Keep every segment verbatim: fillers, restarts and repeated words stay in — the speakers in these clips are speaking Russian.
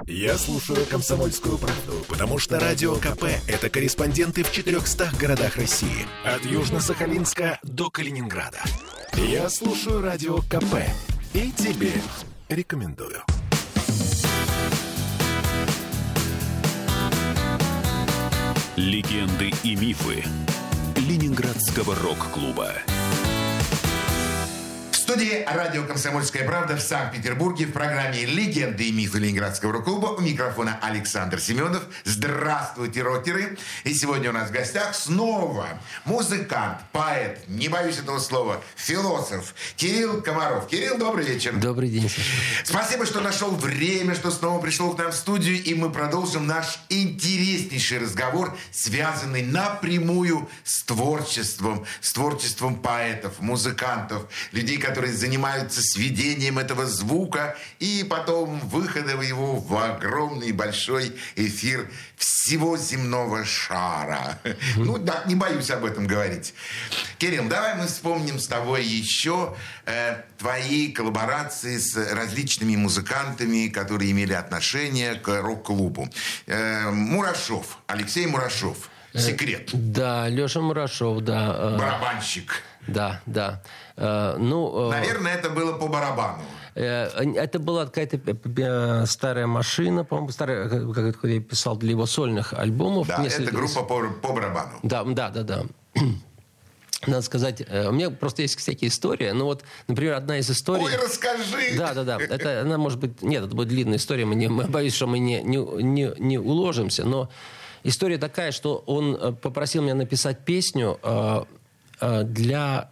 Я слушаю «Комсомольскую правду», потому что Радио КП – это корреспонденты в четырехстах городах России. От Южно-Сахалинска до Калининграда. Я слушаю Радио КП и тебе рекомендую. Легенды и мифы Ленинградского рок-клуба. В студии радио «Комсомольская правда» в Санкт-Петербурге в программе «Легенды и мифы Ленинградского рок-клуба» у микрофона Александр Семенов. Здравствуйте, рокеры! И сегодня у нас в гостях снова музыкант, поэт, не боюсь этого слова, философ Кирилл Комаров. Кирилл, добрый вечер. Добрый день, Саша. Спасибо, что нашел время, что снова пришел к нам в студию, и мы продолжим наш интереснейший разговор, связанный напрямую с творчеством, с творчеством поэтов, музыкантов, людей, которые которые занимаются сведением этого звука и потом выходом его в огромный большой эфир всего земного шара. Mm-hmm. Ну да, не боюсь об этом говорить. Кирилл, давай мы вспомним с тобой еще э, твои коллаборации с различными музыкантами, которые имели отношение к рок-клубу. Э, Мурашов, Алексей Мурашов. Секрет. Да, Леша Мурашов, да. Барабанщик. Да, да. Э, ну, наверное, это было по барабану. Э, это была какая-то старая машина, по-моему, старая, как я писал для его сольных альбомов. Да, Несколько... это группа по, по барабану. Да, да, да, да. Надо сказать, у меня просто есть всякие истории. Ну вот, например, одна из историй... Ой, расскажи! Да, да, да. Это, она может быть... Нет, это будет длинная история. Мы не, мы, боюсь, что мы не, не, не, не уложимся. Но история такая, что он попросил меня написать песню э, э, для...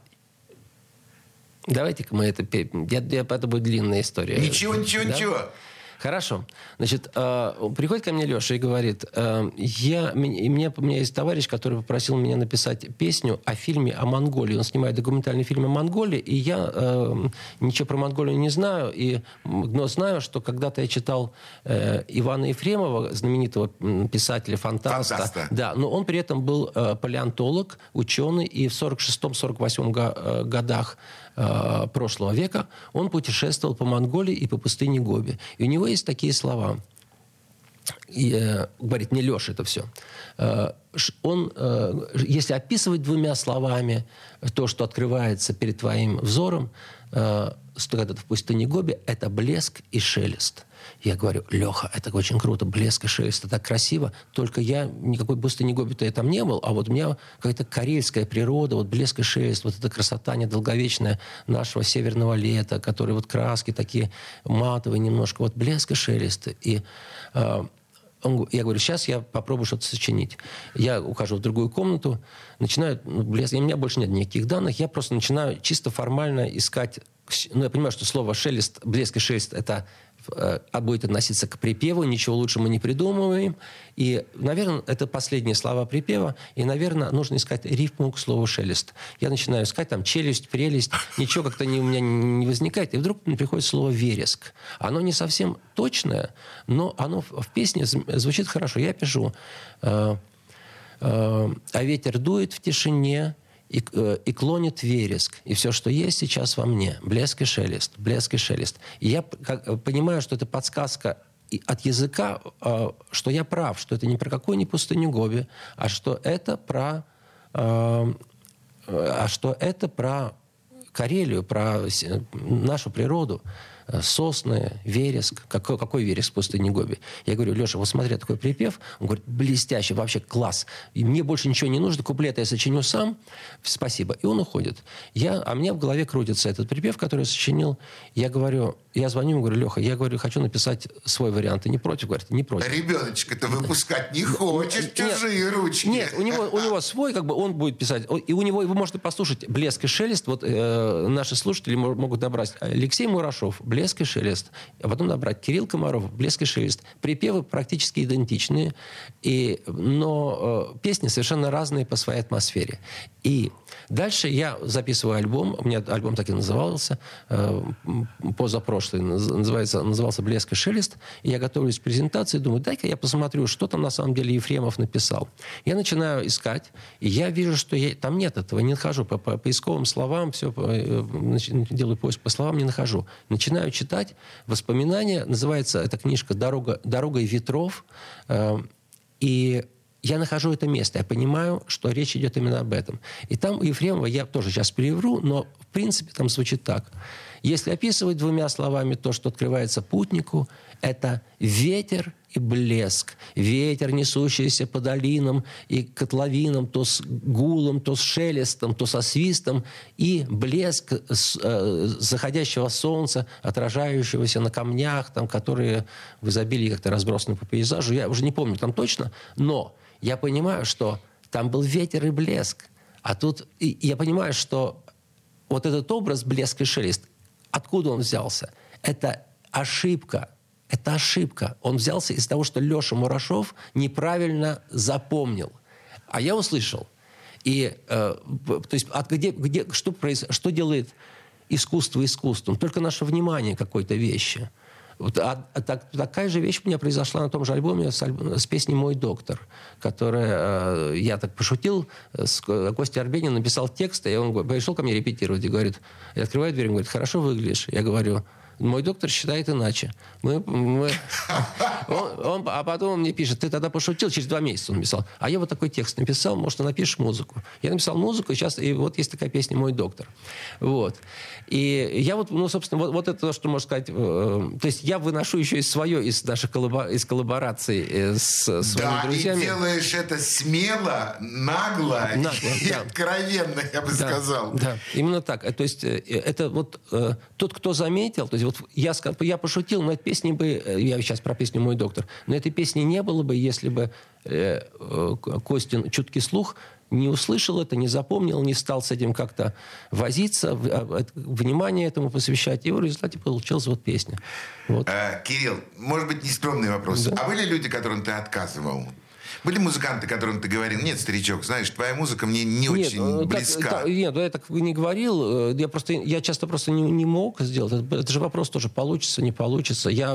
Давайте-ка мы это... Я, я, это будет длинная история. Ничего, ничего, да? ничего. Хорошо. Значит, э, приходит ко мне Леша и говорит, э, я, и мне, у меня есть товарищ, который попросил меня написать песню о фильме о Монголии. Он снимает документальный фильм о Монголии, и я э, ничего про Монголию не знаю, и, но знаю, что когда-то я читал э, Ивана Ефремова, знаменитого писателя, фантаста. Фантаста. Да, но он при этом был э, палеонтолог, ученый, и в сорок шестом — сорок восьмом го- э, годах э, прошлого века он путешествовал по Монголии и по пустыне Гоби. И у него есть такие слова. И, э, говорит мне Леша это все. Э, он, э, если описывать двумя словами то, что открывается перед твоим взором, э, когда ты в пустыне Гоби, это блеск и шелест. Я говорю, Леха, это очень круто, блеск и шелест, это так красиво. Только я, никакой пустыни Гоби-то я там не был, а вот у меня какая-то карельская природа, вот блеск и шелест, вот эта красота недолговечная нашего северного лета, которые вот краски такие матовые немножко, вот блеск и шелест. И э, он, я говорю, сейчас я попробую что-то сочинить. Я ухожу в другую комнату, начинаю, ну, блеск, у меня больше нет никаких данных, я просто начинаю чисто формально искать. Ну, я понимаю, что слово «шелест», «блеск» и «шелест» — это э, будет относиться к припеву, ничего лучше мы не придумываем. И, наверное, это последние слова припева, и, наверное, нужно искать рифму к слову «шелест». Я начинаю искать там челюсть, прелесть, ничего как-то не, у меня не возникает, и вдруг мне приходит слово «вереск». Оно не совсем точное, но оно в песне звучит хорошо. Я пишу э, э, «А ветер дует в тишине, И, и клонит вереск. И все, что есть сейчас во мне. Блеск и шелест. Блеск и шелест. И я как, понимаю, что это подсказка от языка, что я прав, что это не про какую-нибудь пустыню Гоби, а что это про, а что это про Карелию, про нашу природу. Сосны, вереск. Какой, какой вереск в пустыне Гоби? Я говорю, Леша, вот смотри, такой припев. Он говорит, блестящий, вообще класс. И мне больше ничего не нужно, куплеты я сочиню сам. Спасибо. И он уходит. Я, а мне в голове крутится этот припев, который я сочинил. Я говорю, я звоню ему, говорю, Леха, я говорю, хочу написать свой вариант. Ты не против? Говорит, не против. Ребеночка-то выпускать не хочешь, чужие ручки. Нет, у него, у него свой, как бы он будет писать. И у него, вы можете послушать «Блеск и шелест». Вот э, наши слушатели могут набрать Алексей Мурашов, «Блеск и шелест». А потом набрать Кирилл Комаров, «Блеск и шелест». Припевы практически идентичные, и, но э, песни совершенно разные по своей атмосфере. И дальше я записываю альбом. У меня альбом так и назывался, э, позапрошлый. прошлый, называется, назывался «Блеск и шелест». И я готовлюсь к презентации, думаю, дай-ка я посмотрю, что там на самом деле Ефремов написал. Я начинаю искать, и я вижу, что я, там нет этого, не нахожу. По, по поисковым словам, все, по, делаю поиск по словам, не нахожу. Начинаю читать воспоминания, называется эта книжка «Дорога, «Дорога ветров», э, и я нахожу это место, я понимаю, что речь идет именно об этом. И там у Ефремова, я тоже сейчас перевру, но в принципе там звучит так. Если описывать двумя словами то, что открывается путнику, это ветер и блеск. Ветер, несущийся по долинам и котловинам, то с гулом, то с шелестом, то со свистом, и блеск с, э, заходящего солнца, отражающегося на камнях, там, которые в изобилии как-то разбросаны по пейзажу. Я уже не помню там точно, но я понимаю, что там был ветер и блеск. А тут и я понимаю, что вот этот образ блеск и шелест, откуда он взялся? Это ошибка. Это ошибка. Он взялся из того, что Леша Мурашов неправильно запомнил. А я услышал. И, э, то есть, от где, где, что, произ, что делает искусство искусством? Только наше внимание к какой-то вещи. Вот, а, а, так, такая же вещь у меня произошла на том же альбоме с, альбом, с песней «Мой доктор», которая, э, я так пошутил, с, Костя Арбенин написал текст, и он пришел ко мне репетировать и говорит, я открываю дверь, он говорит, хорошо выглядишь. Я говорю, мой доктор считает иначе. Мы, мы... Он, он, а потом он мне пишет, ты тогда пошутил, через два месяца он написал. А я вот такой текст написал, может, ты напишешь музыку. Я написал музыку, и сейчас и вот есть такая песня «Мой доктор». Вот. И я вот, ну, собственно, вот, вот это то, что можно сказать. Э, то есть я выношу еще и свое из наших коллабо- из коллабораций э, с своими да, друзьями. Да, и делаешь это смело, нагло, нагло и да. откровенно, я бы да, сказал. Да, именно так. То есть это вот э, тот, кто заметил, то есть вот я, я пошутил, но этой песни бы, я сейчас про песню «Мой доктор», но этой песни не было бы, если бы э, э, Костин чуткий слух не услышал это, не запомнил, не стал с этим как-то возиться, внимание этому посвящать. И в результате получилась вот песня. Вот. А, Кирилл, может быть, нескромный вопрос. Да. А были люди, которым ты отказывал? Были музыканты, которым ты говорил, нет, старичок, знаешь, твоя музыка мне не нет, очень близка. Так, нет, я так не говорил. Я, просто, я часто просто не, не мог сделать. Это, это же вопрос тоже, получится, не получится. Я,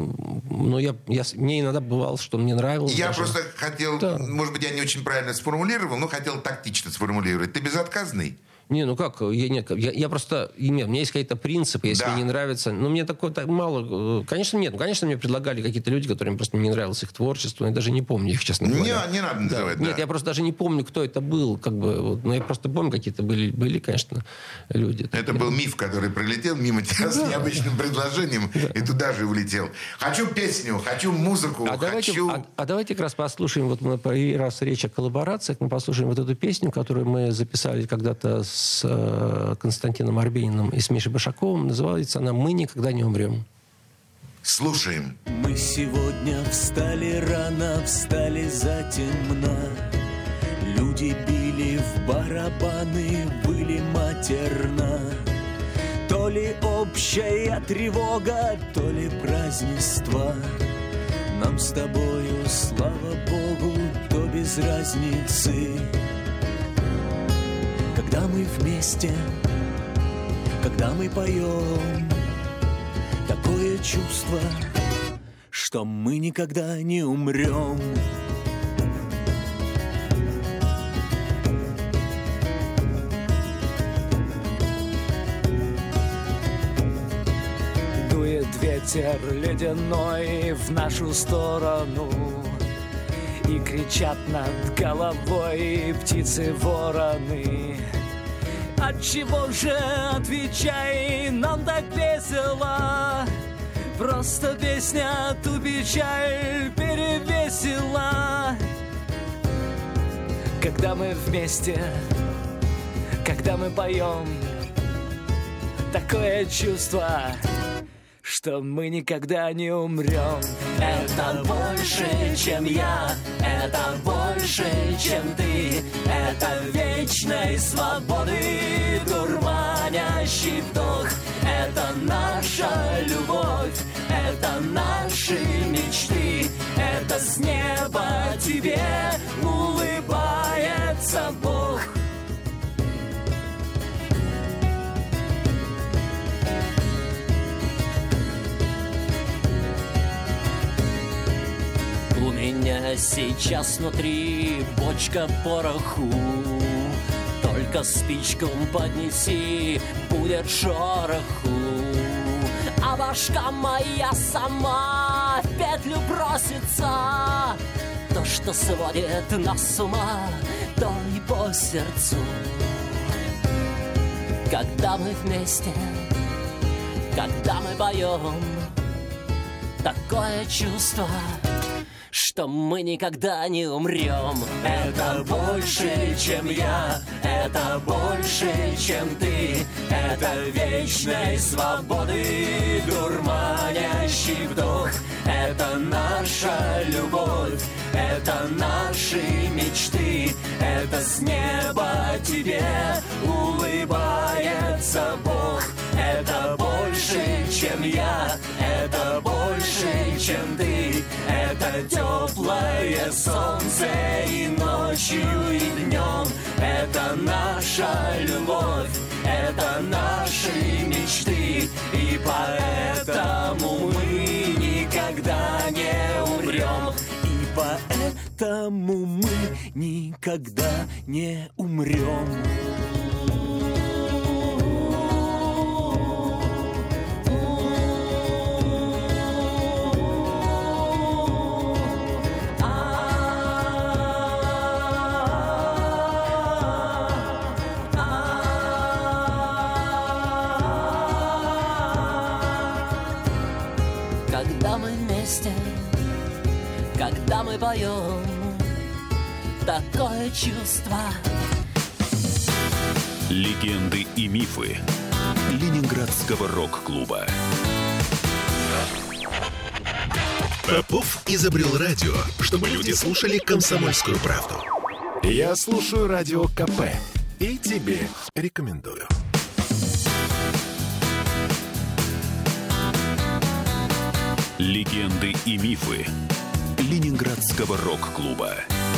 ну, я, я, мне иногда бывало, что мне нравилось. Я даже. просто хотел, да. может быть, я не очень правильно сформулировал, но хотел тактично сформулировать. Ты безотказный? Не, ну как, я, нет, я, я просто, нет, у меня есть какие-то принципы, если да. мне не нравится, ну мне такое так мало, конечно нет, ну конечно мне предлагали какие-то люди, которым просто не нравилось их творчество, я даже не помню их, честно говоря. Не, не надо называть, да. да. Нет, я просто даже не помню, кто это был, как бы, вот, но я просто помню, какие-то были, были, конечно, люди. Это такие. был миф, который пролетел мимо тебя да. с необычным предложением да. и туда же улетел. Хочу песню, хочу музыку, а давайте, хочу... А, а давайте как раз послушаем, вот мы раз речь о коллаборациях, мы послушаем вот эту песню, которую мы записали когда-то с Константином Арбениным и с Мишей Башаковым. Называется она «Мы никогда не умрем». Слушаем. Мы сегодня встали рано, встали затемно. Люди били в барабаны, были матерно. То ли общая тревога, то ли празднество. Нам с тобою, слава Богу, то без разницы. Когда мы вместе, когда мы поем, такое чувство, что мы никогда не умрем. Дует ветер ледяной в нашу сторону, и кричат над головой птицы-вороны. Отчего же, отвечай, нам так весело? Просто песня ту печаль перевесила. Когда мы вместе, когда мы поем, такое чувство, что мы никогда не умрем. Это больше, чем я, это больше, чем ты. Это вечной свободы дурманящий вдох. Это наша любовь, это наши мечты. Это с неба тебе улыбается Бог. меня сейчас внутри бочка пороху. Только спичку поднеси, будет шороху. А башка моя сама в петлю просится. То, что сводит нас с ума, то и по сердцу. Когда мы вместе, когда мы поем, такое чувство, что мы никогда не умрем. Это больше, чем я, это больше, чем ты. Это вечной свободы дурманящий вдох. Это наша любовь, это наши мечты. Это с неба тебе улыбается Бог. Это больше, чем я, это больше, чем ты. Это теплое солнце и ночью, и днем. Это наша любовь, это наши мечты. И поэтому мы никогда не умрем. И поэтому мы никогда не умрем. Когда мы вместе, когда мы поем, такое чувство. Легенды и мифы Ленинградского рок-клуба. Попов изобрел радио, чтобы люди слушали «Комсомольскую правду». Я слушаю радио КП и тебе рекомендую. Легенды и мифы Ленинградского рок-клуба.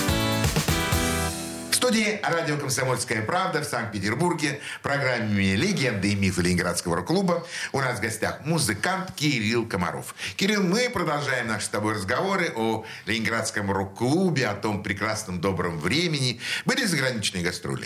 В студии радио «Комсомольская правда» в Санкт-Петербурге в программе «Легенды и мифы Ленинградского рок-клуба» у нас в гостях музыкант Кирилл Комаров. Кирилл, мы продолжаем наши с тобой разговоры о Ленинградском рок-клубе, о том прекрасном добром времени. Были заграничные гастроли?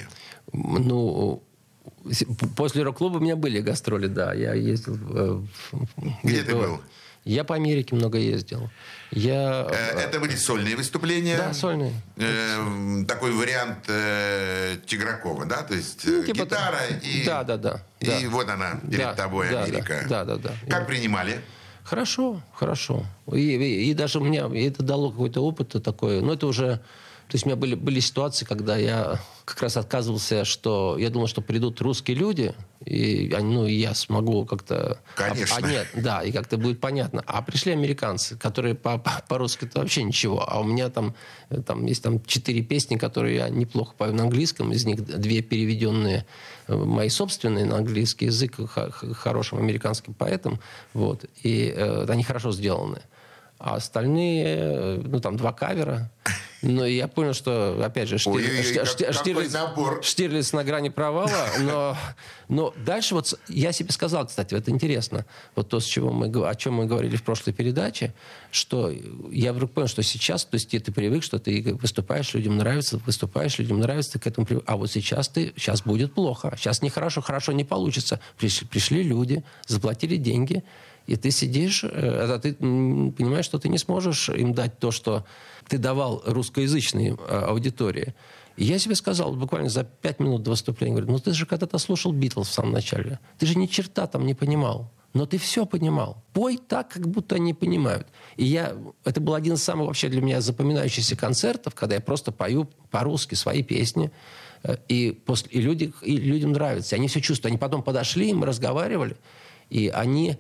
Ну, после рок-клуба у меня были гастроли, да. Я ездил... Где ты был? Я по Америке много ездил. Я... Это были сольные выступления? Да, сольные. Э, такой вариант э, Тигракова, да? То есть ну, типа гитара то... и... Да, да, да. И да. вот она перед да, тобой, да, Америка. Да, да, да. Как и... принимали? Хорошо, хорошо. И, и, и даже у меня это дало какой-то опыт такой. Но это уже... То есть у меня были, были ситуации, когда я как раз отказывался, что я думал, что придут русские люди, и ну, я смогу как-то... Конечно. А, а нет, да, и как-то будет понятно. А пришли американцы, которые по- по- по-русски-то вообще ничего. А у меня там, там есть там четыре песни, которые я неплохо пою на английском. Из них две переведенные мои собственные на английский язык х- хорошим американским поэтом. Вот. И э, они хорошо сделаны. А остальные, ну, там, два кавера. Но я понял, что, опять же, Штир... Ой, Штир... как, Штирлиц... Штирлиц на грани провала. Но, но дальше вот я себе сказал, кстати, это интересно, вот то, с чего мы, о чем мы говорили в прошлой передаче, что я вдруг понял, что сейчас, то есть ты, ты привык, что ты выступаешь, людям нравится, выступаешь, людям нравится, ты к этому привык. А вот сейчас ты, сейчас будет плохо, сейчас нехорошо, хорошо не получится. Пришли, пришли люди, заплатили деньги, и ты сидишь, а ты понимаешь, что ты не сможешь им дать то, что ты давал русскоязычной аудитории. И я себе сказал, буквально за пять минут до выступления, говорю, ну ты же когда-то слушал Битлз в самом начале. Ты же ни черта там не понимал. Но ты все понимал. Пой так, как будто они понимают. И я... Это был один из самых вообще для меня запоминающихся концертов, когда я просто пою по-русски свои песни. И, после... и, люди... и людям нравится. Они все чувствуют. Они потом подошли, мы разговаривали. И они...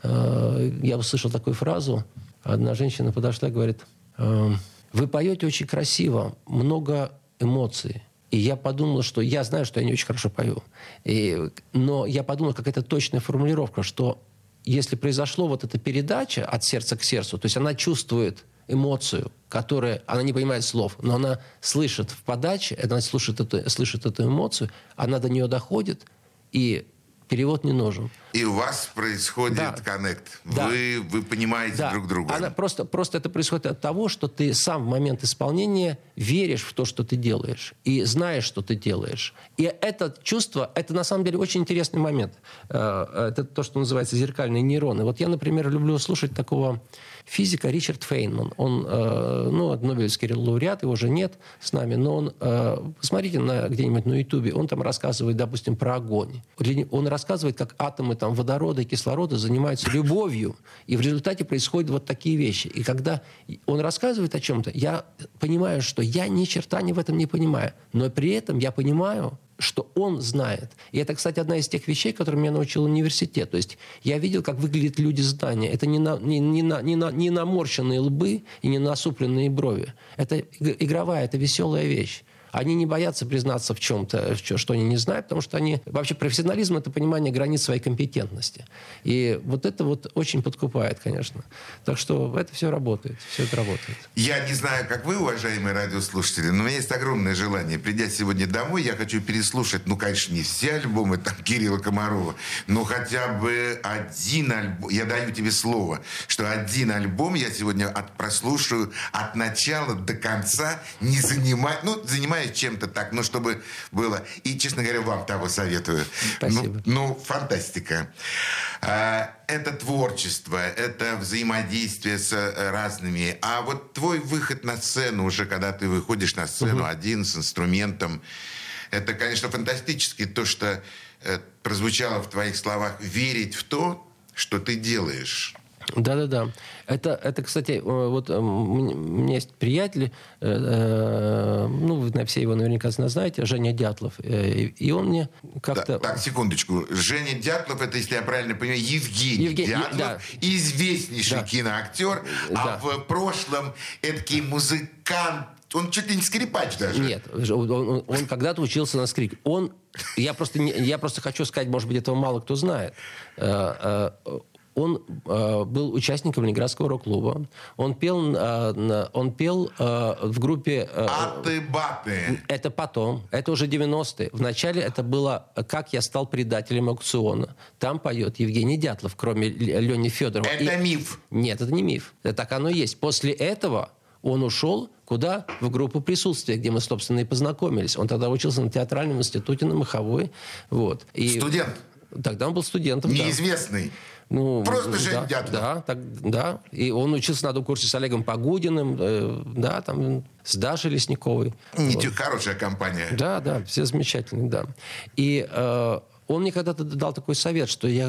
Я услышал такую фразу. Одна женщина подошла и говорит, вы поете очень красиво, много эмоций. И я подумал, что я знаю, что я не очень хорошо пою. И, но я подумал, какая-то точная формулировка, что если произошло вот эта передача от сердца к сердцу, то есть она чувствует эмоцию, которая, она не понимает слов, но она слышит в подаче, она слышит эту, слышит эту эмоцию, она до нее доходит, и перевод не нужен. И у вас происходит Да. коннект. Да. Вы, вы понимаете Да. друг друга. Она просто, просто это происходит от того, что ты сам в момент исполнения веришь в то, что ты делаешь, и знаешь, что ты делаешь. И это чувство, это на самом деле очень интересный момент. Э, Это то, что называется зеркальные нейроны. Вот я, например, люблю слушать такого физика Ричард Фейнман. Он, э, ну, Нобелевский лауреат, его уже нет с нами, но он, э, посмотрите на, где-нибудь на Ютубе, он там рассказывает, допустим, про огонь. Он рассказывает, как атомы там, водорода и кислорода занимаются любовью, и в результате происходят вот такие вещи. И когда он рассказывает о чем-то, я понимаю, что я ни черта ни в этом не понимаю, но при этом я понимаю, что он знает. И это, кстати, одна из тех вещей, которые меня научил университет. То есть я видел, как выглядят люди знания. Это не, на, не, не, на, не, на, не наморщенные лбы и не насупленные брови. Это игровая, это веселая вещь. Они не боятся признаться в чем-то, что они не знают, потому что они... Вообще профессионализм – это понимание границ своей компетентности. И вот это вот очень подкупает, конечно. Так что это все работает. Все это работает. Я не знаю, как вы, уважаемые радиослушатели, но у меня есть огромное желание. Придя сегодня домой, я хочу переслушать, ну, конечно, не все альбомы там, Кирилла Комарова, но хотя бы один альбом. Я даю тебе слово, что один альбом я сегодня от, прослушаю от начала до конца, не занимая... Ну, занимая чем-то так, ну, чтобы было. И, честно говоря, вам того советую. Спасибо. Ну, ну фантастика. А, это творчество, это взаимодействие с разными. А вот твой выход на сцену, уже когда ты выходишь на сцену угу. один с инструментом, это, конечно, фантастически то, что э, прозвучало в твоих словах, верить в то, что ты делаешь. Да-да-да. Это, это, кстати, вот у меня есть приятель, э, ну, вы все его наверняка знаете, Женя Дятлов. Э, и он мне как-то... Так, так, секундочку. Женя Дятлов, это, если я правильно понимаю, Евгений, Евгений Дятлов, да. известнейший да. киноактер, да. а в прошлом эдакий музыкант. Он чуть ли не скрипач даже. Нет, он, он, он когда-то учился на скрипке. Он, я просто, я просто хочу сказать, может быть, этого мало кто знает. Он э, был участником Ленинградского рок-клуба. Он пел, э, он пел э, в группе... Э, Аты-баты. Это потом. Это уже девяностые. Вначале это было «Как я стал предателем аукциона». Там поет Евгений Дятлов, кроме Лени Федорова. Это и... миф. Нет, это не миф. Это так оно и есть. После этого он ушел куда? В группу «Присутствие», где мы, собственно, и познакомились. Он тогда учился на театральном институте на Маховой. Вот. И... Студент. Тогда он был студентом. Неизвестный. Да. Ну, просто да, Женя Дятлов. Да, так, да. И он учился на одном курсе с Олегом Погудиным, э, да, там, с Дашей Лесниковой. Вот. Хорошая компания. Да, да, все замечательные, да. И э, он мне когда-то дал такой совет, что я,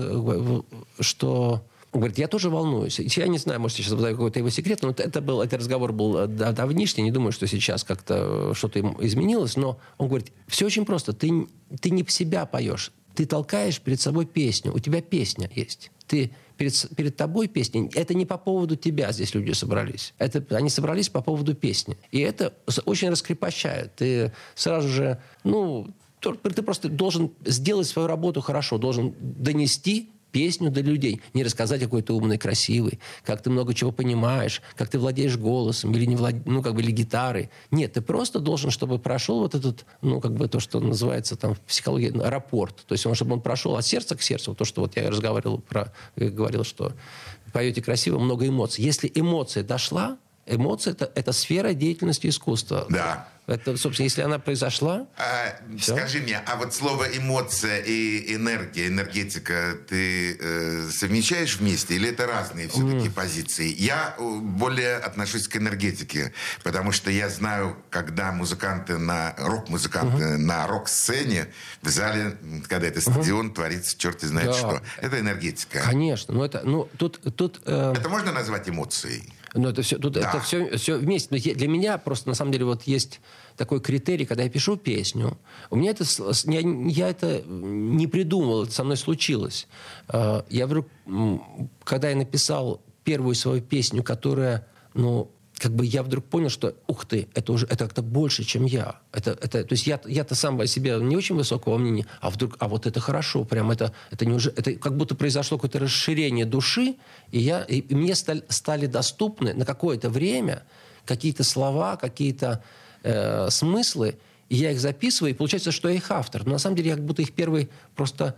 что... Он говорит, я тоже волнуюсь. Я не знаю, может, я сейчас выдаю какой-то его секрет, но это был, этот разговор был давнишний, не думаю, что сейчас как-то что-то изменилось, но он говорит, все очень просто, ты, ты не в себя поешь, ты толкаешь перед собой песню, у тебя песня есть. Ты перед, перед тобой песня. Это не по поводу тебя здесь люди собрались. Это, они собрались по поводу песни. И это очень раскрепощает. Ты сразу же, ну, ты просто должен сделать свою работу хорошо, должен донести песню до людей. Не рассказать, какой ты умный, красивый, как ты много чего понимаешь, как ты владеешь голосом или, не влад... ну, как бы, или гитарой. Нет, ты просто должен, чтобы прошел вот этот, ну, как бы то, что называется там в психологии, рапорт. То есть, он, чтобы он прошел от сердца к сердцу. То, что вот я разговаривал про... говорил, что поете красиво, много эмоций. Если эмоция дошла, эмоция это, – это сфера деятельности искусства. Да. Это, собственно, если она произошла... А, скажи мне, а вот слово «эмоция» и «энергия», «энергетика» ты э, совмещаешь вместе? Или это разные все-таки mm. позиции? Я более отношусь к энергетике, потому что я знаю, когда музыканты, на рок-музыканты uh-huh. на рок-сцене в зале, когда это стадион, uh-huh. творится черт знает да. что. Это энергетика. Конечно. Но это, ну, тут, тут, э... это можно назвать эмоцией? Ну, это все, тут, да. это все, все вместе. Но для меня просто, на самом деле, вот есть такой критерий, когда я пишу песню. У меня это... Я, я это не придумал, это со мной случилось. Я вдруг... Когда я написал первую свою песню, которая, ну... как бы я вдруг понял, что, ух ты, это уже это как-то больше, чем я. Это, это, то есть я, я-то сам о себе не очень высокого мнения, а вдруг, а вот это хорошо, прям это, это, не уже, это как будто произошло какое-то расширение души, и, я, и, и мне стали, стали доступны на какое-то время какие-то слова, какие-то э, смыслы, и я их записываю, и получается, что я их автор. Но на самом деле я как будто их первый просто...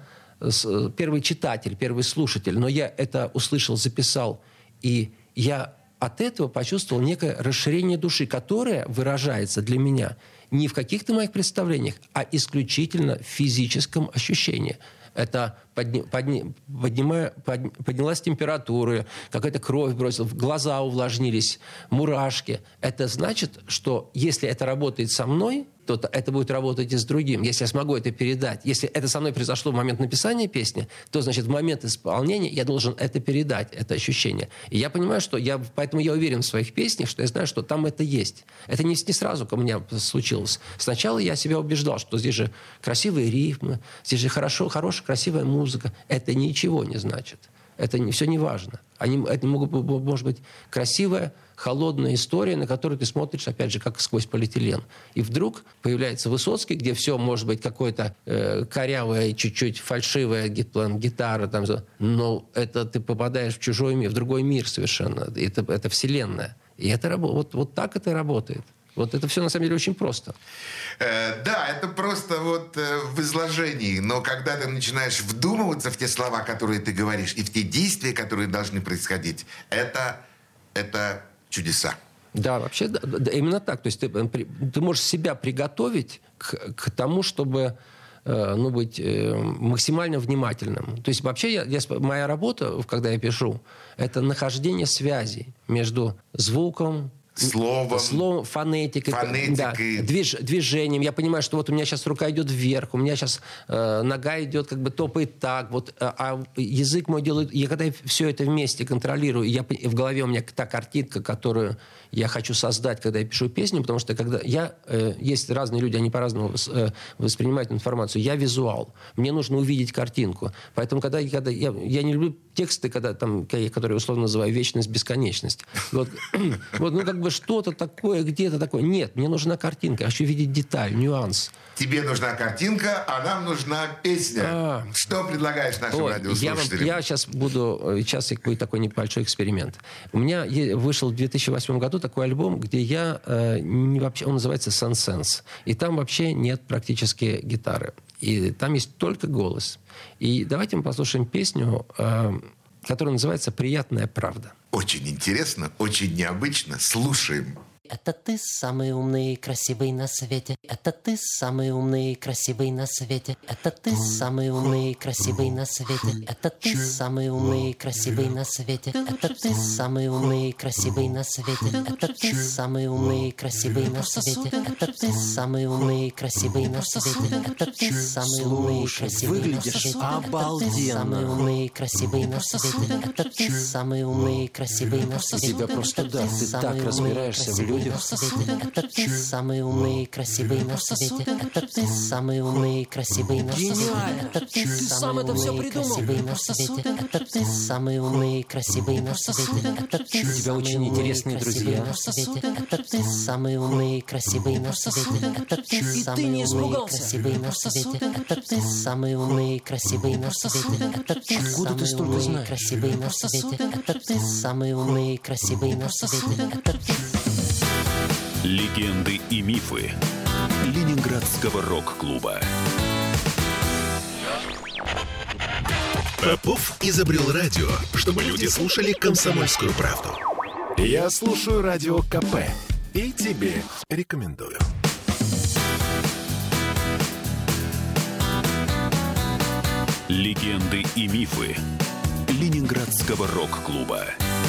первый читатель, первый слушатель, но я это услышал, записал, и я от этого почувствовал некое расширение души, которое выражается для меня не в каких-то моих представлениях, а исключительно в физическом ощущении. Это подни, подни, поднимая, под, поднялась температура, какая-то кровь бросилась, глаза увлажнились, мурашки. Это значит, что если это работает со мной, то это будет работать и с другим. Если я смогу это передать, если это со мной произошло в момент написания песни, то, значит, в момент исполнения я должен это передать, это ощущение. И я понимаю, что я, поэтому я уверен в своих песнях, что я знаю, что там это есть. Это не, не сразу у меня случилось. Сначала я себя убеждал, что здесь же красивые рифмы, здесь же хорошо, хорошая, красивая музыка. Это ничего не значит. Это не, все не важно. Они, это могут, может быть красивая, холодная история, на которую ты смотришь, опять же, как сквозь полиэтилен. И вдруг появляется Высоцкий, где все может быть какое-то э, корявое, чуть-чуть фальшивое, гитара, там, но это ты попадаешь в чужой мир, в другой мир совершенно. Это, это вселенная. И это, вот, вот так это и работает. Вот это все, на самом деле, очень просто. Э, да, это просто вот э, в изложении. Но когда ты начинаешь вдумываться в те слова, которые ты говоришь, и в те действия, которые должны происходить, это, это чудеса. Да, вообще, да, да, именно так. То есть ты, ты можешь себя приготовить к, к тому, чтобы э, ну, быть э, максимально внимательным. То есть вообще я, я, моя работа, когда я пишу, это нахождение связей между звуком, Словом, Словом, фонетикой, фонетикой. Да, движ, движением. Я понимаю, что вот у меня сейчас рука идет вверх, у меня сейчас э, нога идет, как бы топает так, вот, а, а язык мой делает... Я когда все это вместе контролирую, я, в голове у меня та картинка, которую я хочу создать, когда я пишу песню, потому что когда я... Э, есть разные люди, они по-разному вос, э, воспринимают информацию. Я визуал. Мне нужно увидеть картинку. Поэтому когда, когда я, я не люблю тексты, когда, там, которые условно называю вечность, бесконечность. Вот, вот, ну, как бы что-то такое, где-то такое. Нет, мне нужна картинка. Я хочу видеть деталь, нюанс. Тебе нужна картинка, а нам нужна песня. А. Что предлагаешь нашим Ой, радиослушателям? Я, я сейчас буду... Сейчас будет такой небольшой эксперимент. У меня вышел в две тысячи восьмом году такой альбом, где я... Э, не вообще, он называется «Сан-Сенс». И там вообще нет практически гитары. И там есть только голос. И давайте мы послушаем песню, э, которая называется «Приятная правда». Очень интересно, очень необычно. Слушаем. Это ты самый умный и красивый на свете. Это ты самый умный и красивый на свете. Это ты самый умный и красивый на свете. Это ты самый умный и красивый на свете. Это ты самый умный и красивый на свете. Это ты самый умный и красивый на свете. Это ты самый умный и красивый на свете. Это ты самый умный и красивый на свете. Обалденно. Самый умный и красивый на свете. Это ты самый умный и красивый на свете. Тебя просто да, ты так разбираешься в людях. Это ты самый умный и красивый на свете. Это ты самый умный и красивый на свете. Это ты самый умный и красивый на свете. Это ты самый умный и красивый на свете. Это ты у тебя очень интересные друзья. Это ты самый умный и красивый на свете. Это ты самый умный и красивый на свете. Это ты самый умный и красивый на свете. Это ты Откуда ты столько знаешь? Красивый на свете. Это ты самый умный и красивый на свете. Это ты. Легенды и мифы Ленинградского рок-клуба. Попов изобрел радио, чтобы люди слушали комсомольскую правду. Я слушаю радио КП и тебе рекомендую. Легенды и мифы Ленинградского рок-клуба.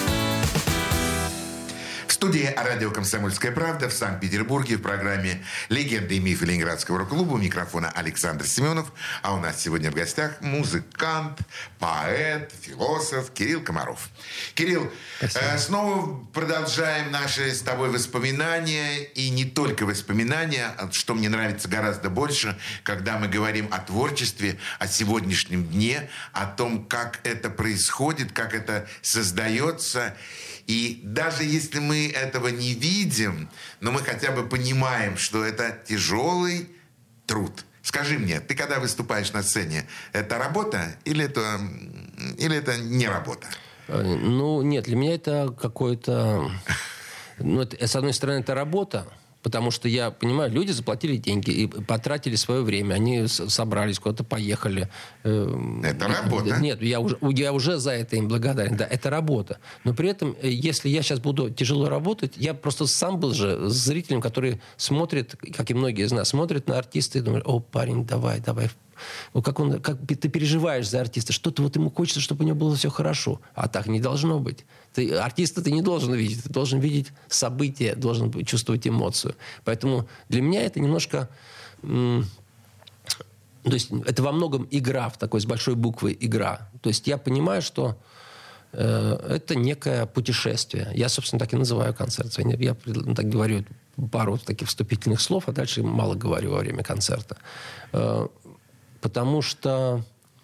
В студии радио «Комсомольская правда» в Санкт-Петербурге в программе «Легенды и мифы Ленинградского рок-клуба». У микрофона Александр Семенов. А у нас сегодня в гостях музыкант, поэт, философ Кирилл Комаров. Кирилл, э, снова продолжаем наши с тобой воспоминания. И не только воспоминания, что мне нравится гораздо больше, когда мы говорим о творчестве, о сегодняшнем дне, о том, как это происходит, как это создается. И даже если мы этого не видим, но мы хотя бы понимаем, что это тяжелый труд. Скажи мне, ты когда выступаешь на сцене, это работа или это, или это не работа? Ну, нет, для меня это какое-то... Ну, это, с одной стороны, это работа, Потому что я понимаю, люди заплатили деньги и потратили свое время. Они собрались, куда-то поехали. Это работа. Нет, я уже, я уже за это им благодарен. Да, это работа. Но при этом, если я сейчас буду тяжело работать, я просто сам был же зрителем, который смотрит, как и многие из нас, смотрит на артиста и думает: о, парень, давай, давай. Ну, как, он, как ты переживаешь за артиста, что-то вот ему хочется, чтобы у него было все хорошо. А так не должно быть. Ты, артиста ты не должен видеть. Ты должен видеть события, должен чувствовать эмоцию. Поэтому для меня это немножко... М- то есть это во многом игра, в такой с большой буквы игра. То есть я понимаю, что э, это некое путешествие. Я, собственно, так и называю концерт. Я, я так говорю пару таких вступительных слов, а дальше мало говорю во время концерта. Э, Потому что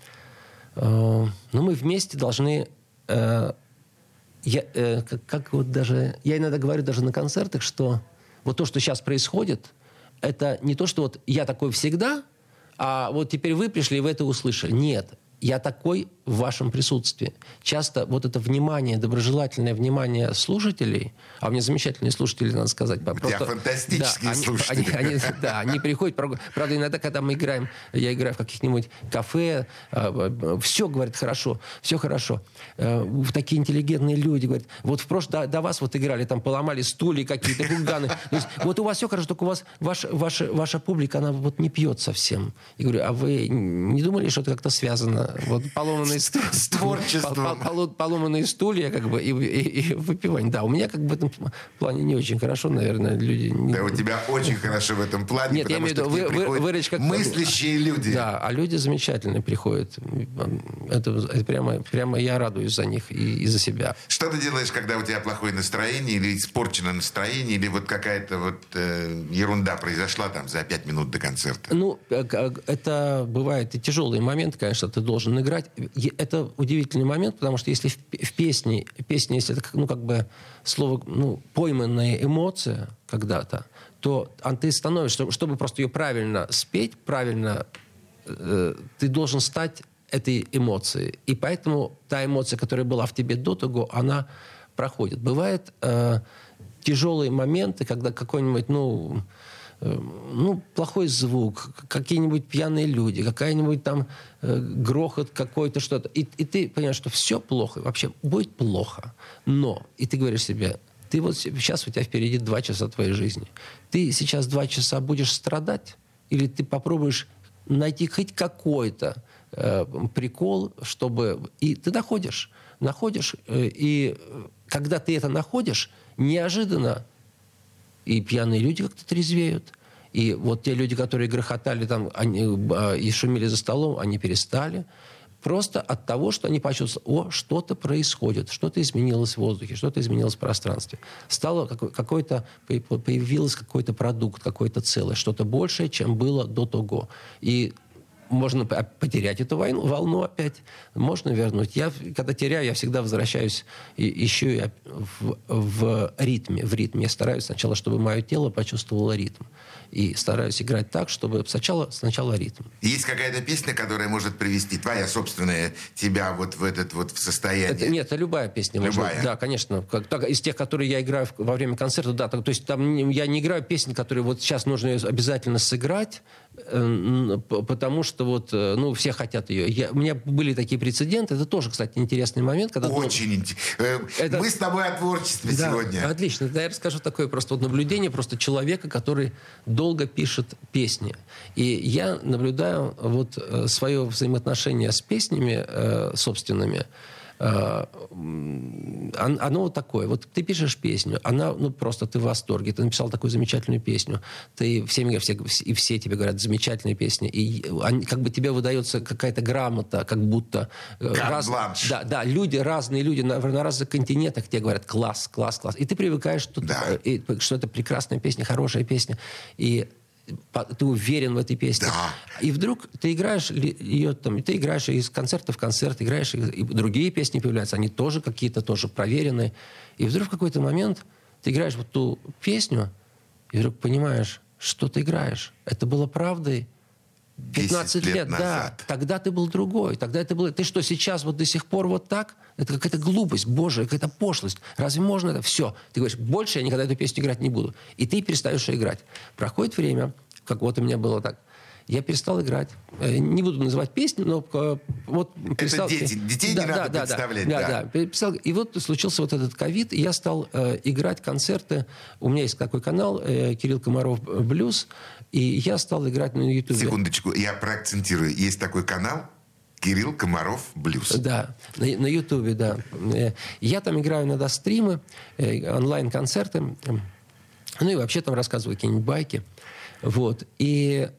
э, ну, мы вместе должны... Э, я, э, как, как вот даже, я иногда говорю даже на концертах, что вот то, что сейчас происходит, это не то, что вот я такой всегда, а вот теперь вы пришли и вы это услышали. Нет. Я такой в вашем присутствии. Часто вот это внимание, доброжелательное внимание слушателей, а у меня замечательные слушатели, надо сказать. У просто, тебя фантастические да, слушатели. Они, они, да, они приходят, правда, иногда, когда мы играем, я играю в каких-нибудь кафе, все, говорит, хорошо, все хорошо. Такие интеллигентные люди, говорят, вот в прошлом, до, до вас вот играли, там поломали стулья какие-то, гуганы. То есть, вот у вас все хорошо, только у вас ваш, ваша, ваша публика, она вот не пьет совсем. Я говорю, а вы не думали, что это как-то связано? Вот поломанные, с творчеством. Поломанные стулья, как бы, и, и, и выпивание. Да, у меня как бы в этом плане не очень хорошо, наверное, люди... Не... Да, у тебя очень хорошо в этом плане, Нет, потому я что имею к ним вы, приходят вы, мыслящие люди. Да, а люди замечательные приходят. Это, это прямо, прямо я радуюсь за них и, и за себя. Что ты делаешь, когда у тебя плохое настроение или испорчено настроение, или вот какая-то вот э, ерунда произошла там за пять минут до концерта? Ну, это бывает и тяжелые моменты, конечно, ты должен играть. Это удивительный момент, потому что если в, в песне, песня, если это ну, как бы слово, ну, пойманная эмоция когда-то, то а ты становишься, чтобы просто ее правильно спеть, правильно, э, ты должен стать этой эмоцией. И поэтому та эмоция, которая была в тебе до того, она проходит. Бывают э, тяжелые моменты, когда какой-нибудь, ну... ну, плохой звук, какие-нибудь пьяные люди, какая-нибудь там э, грохот какой-то, что-то. И, и ты понимаешь, что все плохо, вообще будет плохо. Но, и ты говоришь себе, ты вот сейчас у тебя впереди два часа твоей жизни. Ты сейчас два часа будешь страдать? Или ты попробуешь найти хоть какой-то э, прикол, чтобы... И ты находишь. Находишь, э, и когда ты это находишь, неожиданно и пьяные люди как-то трезвеют. И вот те люди, которые грохотали там они, э, и шумели за столом, они перестали. Просто от того, что они почувствовали, о, что-то происходит, что-то изменилось в воздухе, что-то изменилось в пространстве. Стало какой-то, появился какой-то продукт, какое-то целое, что-то большее, чем было до того. И можно потерять эту войну, волну опять, можно вернуть. Я, когда теряю, я всегда возвращаюсь и ищу в, в ритме. В ритме. Я стараюсь сначала, чтобы мое тело почувствовало ритм. И стараюсь играть так, чтобы сначала, сначала ритм. Есть какая-то песня, которая может привести твоя собственная тебя вот в этот вот в состояние? Это, нет, это любая песня. Любая? Может, да, конечно. Как, так, из тех, которые я играю во время концерта, да. Так, то есть там я не играю песни, которые вот сейчас нужно ее обязательно сыграть, э, потому что вот, ну, все хотят ее. Я, у меня были такие прецеденты. Это тоже, кстати, интересный момент. Когда, Очень ну, интересно. Это... Мы с тобой о творчестве да, сегодня. Отлично. Да, я расскажу такое просто вот наблюдение просто человека, который долго пишет песни. И я наблюдаю вот свое взаимоотношение с песнями э, собственными. Э, оно вот такое. Вот ты пишешь песню, она, ну, просто ты в восторге. Ты написал такую замечательную песню. Ты всеми, все, и все тебе говорят, замечательные песни. И они, как бы тебе выдается какая-то грамота, как будто... Раз, да, да, люди, разные люди на, на разных континентах тебе говорят, класс, класс, класс. И ты привыкаешь, что, да. и, что это прекрасная песня, хорошая песня. И ты уверен в этой песне. Да. И вдруг ты играешь ее там, и ты играешь из концерта в концерт, играешь, и другие песни появляются, они тоже какие-то, тоже проверенные. И вдруг в какой-то момент ты играешь вот ту песню, и вдруг понимаешь, что ты играешь. Это было правдой пятнадцать лет, лет да. назад. Тогда ты был другой. Тогда это было... Ты что, сейчас вот до сих пор вот так? Это какая-то глупость, боже, какая-то пошлость. Разве можно это? Все. Ты говоришь, больше я никогда эту песню играть не буду. И ты перестаешь играть. Проходит время, как вот у меня было так. Я перестал играть. Не буду называть песню, но вот перестал... Это дети. Детей да, не да, надо да, представлять. Да, да. да. Перестал... И вот случился вот этот ковид, и я стал э, играть концерты. У меня есть такой канал э, Кирилл Комаров «Блюз», и я стал играть на Ютубе. Секундочку, я проакцентирую. Есть такой канал Кирилл Комаров «Блюз». Да, на, на Ютубе, да. Я там играю иногда стримы, э, онлайн-концерты. Ну и вообще там рассказываю какие-нибудь байки. Вот. И...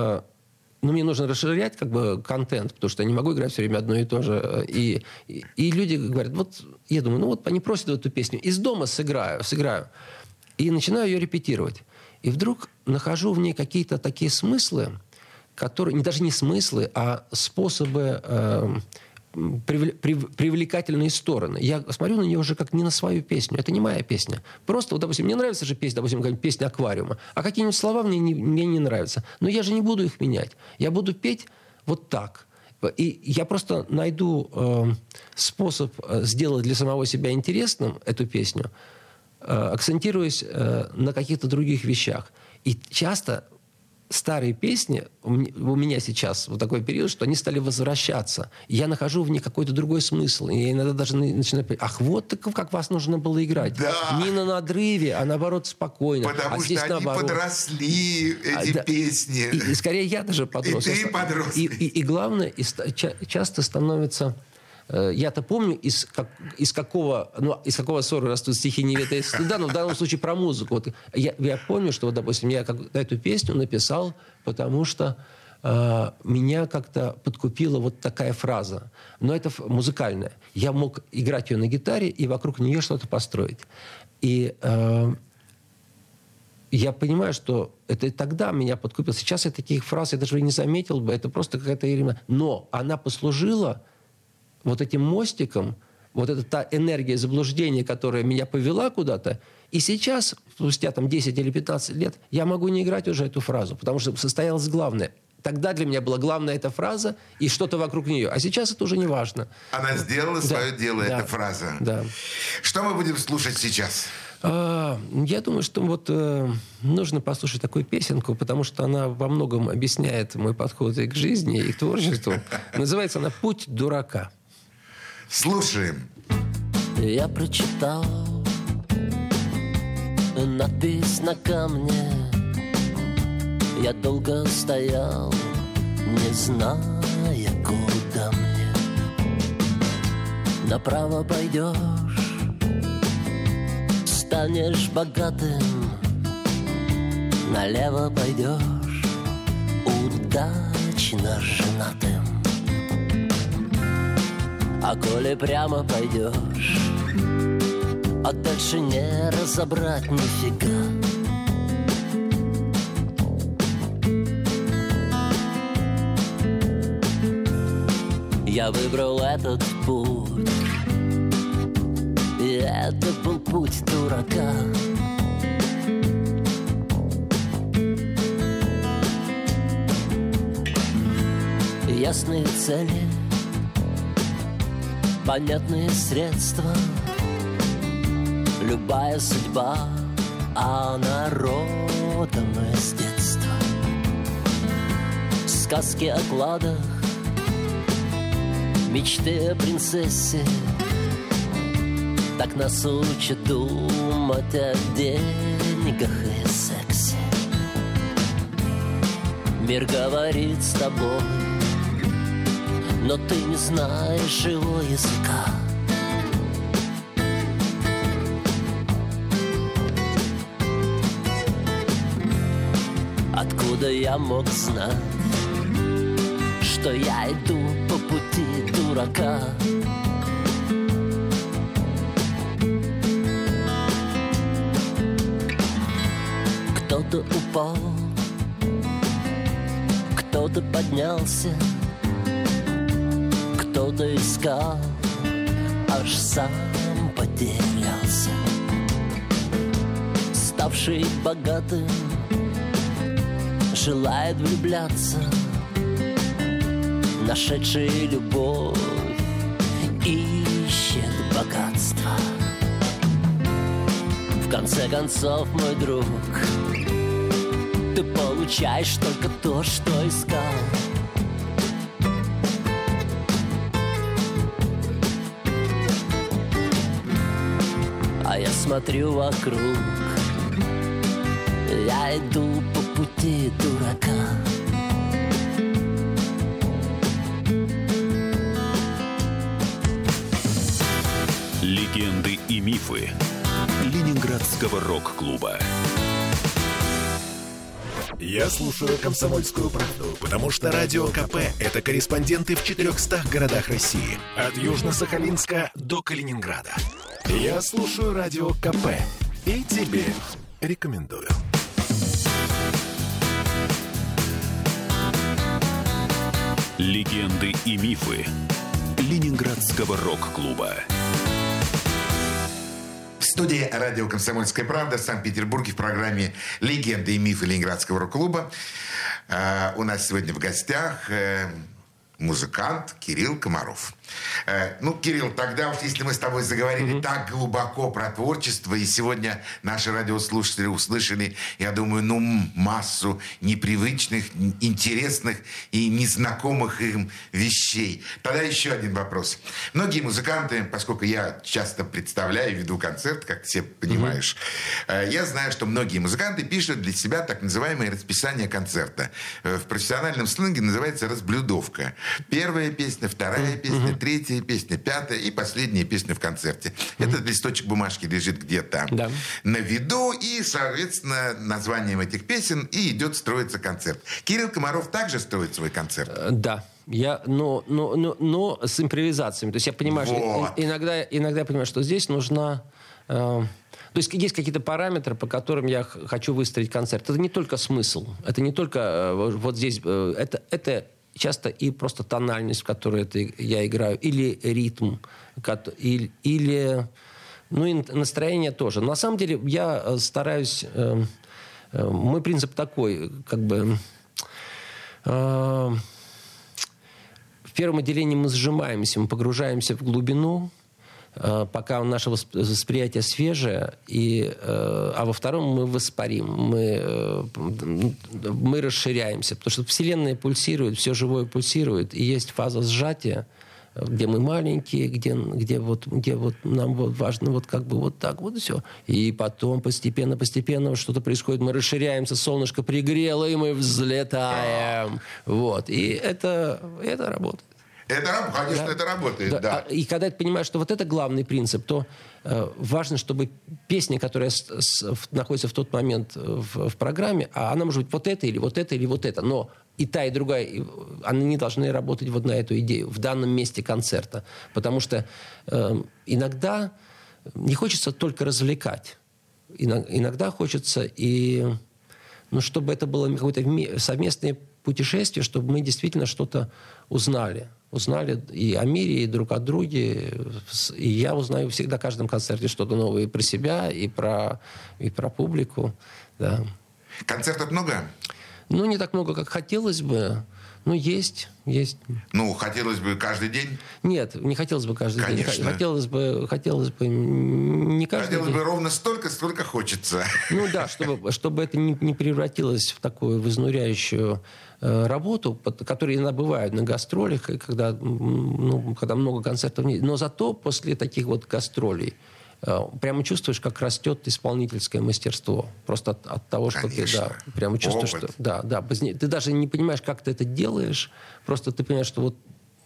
Ну, мне нужно расширять как бы контент, потому что я не могу играть все время одно и то же. И, и, и люди говорят, вот, я думаю, ну вот они просят эту песню, из дома сыграю, сыграю. И начинаю ее репетировать. И вдруг нахожу в ней какие-то такие смыслы, которые, не, даже не смыслы, а способы, э, прив, прив, привлекательные стороны. Я смотрю на нее уже как не на свою песню. Это не моя песня. Просто, вот, допустим, мне нравится же песня, допустим, какая-нибудь песня «Аквариума», а какие-нибудь слова мне не, мне не нравятся. Но я же не буду их менять. Я буду петь вот так. И я просто найду э, способ сделать для самого себя интересным эту песню, э, акцентируясь э, на каких-то других вещах. И часто... Старые песни, у меня сейчас вот такой период, что они стали возвращаться. Я нахожу в них какой-то другой смысл. И я иногда даже начинаю говорить, ах, вот так, как вас нужно было играть. Да. Не на надрыве, а наоборот спокойно. Потому а что здесь они наоборот. подросли, эти а, да. песни. И, и скорее я даже подрос. И ты подрос. И, и, и главное, и ча- часто становится... Я-то помню, из, как, из, какого, ну, из какого ссора растут стихи «Не ведая стыда», но в данном случае про музыку. Вот я, я помню, что, вот, допустим, я как, эту песню написал, потому что э, меня как-то подкупила вот такая фраза. Но это музыкальная. Я мог играть ее на гитаре и вокруг нее что-то построить. И э, я понимаю, что это и тогда меня подкупило. Сейчас я таких фраз я даже и не заметил бы. Это просто какая-то ерунда. Но она послужила... вот этим мостиком, вот эта та энергия заблуждения, которая меня повела куда-то, и сейчас, спустя там десять или пятнадцать лет, я могу не играть уже эту фразу, потому что состоялось главное. Тогда для меня была главная эта фраза и что-то вокруг нее. А сейчас это уже не важно. Она сделала да, свое дело, да, эта фраза. Да. Что мы будем слушать сейчас? А, я думаю, что вот э, нужно послушать такую песенку, потому что она во многом объясняет мой подход и к жизни, и к творчеству. Называется она «Путь дурака». Слушаем. Я прочитал надпись на камне. Я долго стоял, не зная, куда мне. Направо пойдешь, станешь богатым. Налево пойдешь, удачно женатым. А коли прямо пойдешь, а дальше не разобрать нифига. Я выбрал этот путь, и это был путь дурака. Ясные цели, понятные средства, любая судьба, а народом из детства. Сказки о кладах, мечты о принцессе, так нас учат думать о деньгах и сексе. Мир говорит с тобой, но ты не знаешь его языка. Откуда я мог знать, что я иду по пути дурака? Кто-то упал, кто-то поднялся, кто-то искал, аж сам потерялся. Ставший богатым желает влюбляться, нашедший любовь, ищет богатство. В конце концов, мой друг, ты получаешь только то, что искал. А я смотрю вокруг, я иду по пути дурака. Легенды и мифы Ленинградского рок-клуба. Я слушаю «Комсомольскую правду», потому что Радио КП – это корреспонденты в четырехстах городах России. От Южно-Сахалинска до Калининграда. Я слушаю Радио КП и тебе рекомендую. Легенды и мифы Ленинградского рок-клуба. В студии радио «Комсомольская правда» в Санкт-Петербурге в программе «Легенды и мифы Ленинградского рок-клуба». Э, у нас сегодня в гостях э, музыкант Кирилл Комаров. Э, ну, Кирилл, тогда уж если мы с тобой заговорили mm-hmm. так глубоко про творчество, и сегодня наши радиослушатели услышали, я думаю, ну, массу непривычных, интересных и незнакомых им вещей. Тогда еще один вопрос. Многие музыканты, поскольку я часто представляю, веду концерт, как ты все понимаешь, mm-hmm. я знаю, что многие музыканты пишут для себя так называемое расписание концерта. В профессиональном сленге называется разблюдовка. Первая песня, вторая mm-hmm. песня, третья песня, пятая и последняя песня в концерте. Mm-hmm. Этот листочек бумажки лежит где-то да. на виду, и, соответственно, названием этих песен и идет строиться концерт. Кирилл Комаров также строит свой концерт? Да. Я, но, но, но, но с импровизациями. То есть я понимаю, вот. что иногда, иногда я понимаю, что здесь нужна... Э, то есть есть какие-то параметры, по которым я хочу выстроить концерт. Это не только смысл. Это не только э, вот здесь... Э, это, это часто и просто тональность, в которой это я играю, или ритм, или, или ну, и настроение тоже. Но на самом деле я стараюсь... Э, э, мой принцип такой, как бы... Э, в первом отделении мы сжимаемся, мы погружаемся в глубину, э, пока наше восприятие свежее, и, э, а во втором мы воспарим, мы, э, мы расширяемся, потому что Вселенная пульсирует, все живое пульсирует, и есть фаза сжатия, где мы маленькие, где, где, вот, где вот нам вот важно вот как бы вот так вот все. И потом постепенно-постепенно что-то происходит, мы расширяемся, солнышко пригрело, и мы взлетаем. Вот. И это, это работает. Это, конечно, да. это работает, да. да. И когда ты понимаешь, что вот это главный принцип, то э, важно, чтобы песня, которая с, с, находится в тот момент в, в программе, а она может быть вот это или вот это или вот это, но и та, и другая, они не должны работать вот на эту идею в данном месте концерта. Потому что э, иногда не хочется только развлекать. Иногда хочется и... Ну, чтобы это было какое-то совместное путешествие, чтобы мы действительно что-то узнали. Узнали и о мире, и друг о друге. И я узнаю всегда в каждом концерте что-то новое и про себя, и про, и про публику. Да. Концертов много? Ну, не так много, как хотелось бы. Ну, есть, есть. Ну, хотелось бы каждый день? Нет, не хотелось бы каждый Конечно. день. Хотелось бы, хотелось бы не каждый хотелось день. бы ровно столько, сколько хочется. Ну да, чтобы, чтобы это не, не превратилось в такую вознуряющую э, работу, под, которые иногда бывают на гастролях, когда, ну, когда много концертов нет. Но зато после таких вот гастролей э, прямо чувствуешь, как растет исполнительское мастерство. Просто от, от того, что Конечно. ты да, прямо чувствуешь, Опыт. что... Да, да, ты даже не понимаешь, как ты это делаешь. Просто ты понимаешь, что вот...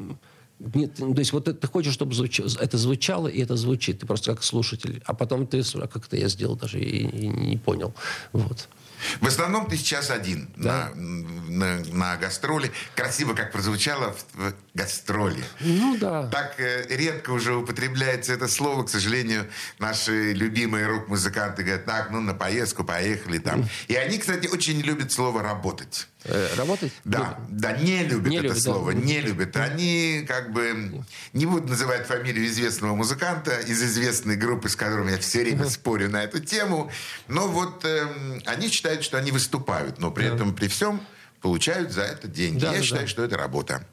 Нет, то есть вот ты хочешь, чтобы звуч... это звучало, и это звучит. Ты просто как слушатель. А потом ты... А как это я сделал даже и, и не понял. Вот. В основном ты сейчас один да. на, на, на гастроли. Красиво, как прозвучало в, в гастроли. Ну да. Так э, редко уже употребляется это слово. К сожалению, наши любимые рок-музыканты говорят, так, ну на поездку поехали там. Mm. И они, кстати, очень любят слово «работать». Э, работать? Да, любят. да, не любят не это любят, слово, да. не любят. Они как бы не будут называть фамилию известного музыканта из известной группы, с которым я все время спорю на эту тему. Но вот э, они считают, что они выступают, но при да. этом, при всем, получают за это деньги. Да, я да, считаю, да. что это работа.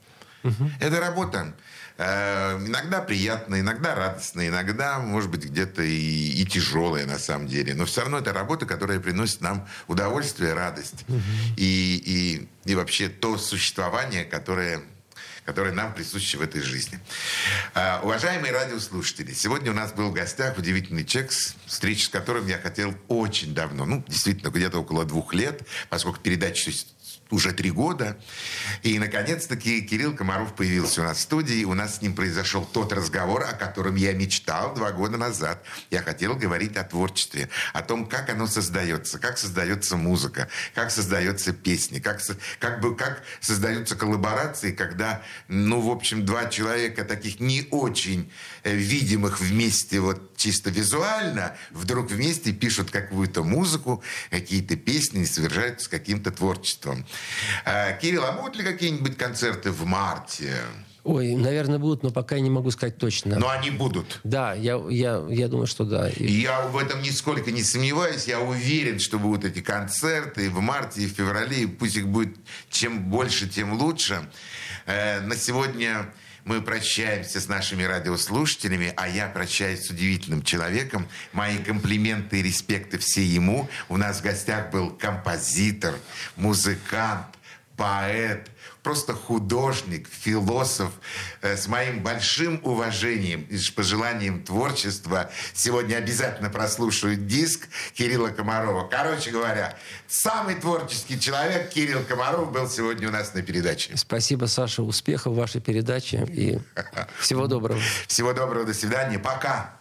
Угу. Это работа. Э, иногда приятная, иногда радостная, иногда, может быть, где-то и, и тяжелая на самом деле. Но все равно это работа, которая приносит нам удовольствие, радость. Угу. И, и, и вообще то существование, которое... которые нам присущи в этой жизни. Uh, уважаемые радиослушатели, сегодня у нас был в гостях удивительный человек, встреча с которым я хотел очень давно, ну, действительно, где-то около двух лет, поскольку передача уже три года. И, наконец-таки, Кирилл Комаров появился у нас в студии. У нас с ним произошел тот разговор, о котором я мечтал два года назад. Я хотел говорить о творчестве, о том, как оно создается, как создается музыка, как создается песни, как, как, бы, как создаются коллаборации, когда, ну, в общем, два человека таких не очень видимых вместе, вот чисто визуально, вдруг вместе пишут какую-то музыку, какие-то песни и совершаются каким-то творчеством. Кирилл, а будут ли какие-нибудь концерты в марте? Ой, наверное, будут, но пока я не могу сказать точно. Но они будут? Да, я, я, я думаю, что да. И я в этом нисколько не сомневаюсь. Я уверен, что будут эти концерты и в марте, и в феврале. И пусть их будет чем больше, тем лучше. Э, на сегодня мы прощаемся с нашими радиослушателями, а я прощаюсь с удивительным человеком. Мои комплименты и респекты все ему. У нас в гостях был композитор, музыкант, поэт, просто художник, философ, э, с моим большим уважением и с пожеланием творчества. Сегодня обязательно прослушаю диск Кирилла Комарова. Короче говоря, самый творческий человек Кирилл Комаров был сегодня у нас на передаче. Спасибо, Саша. Успехов в вашей передаче и всего доброго. Всего доброго, до свидания. Пока.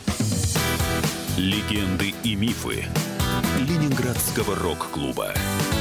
Легенды и мифы Ленинградского рок-клуба.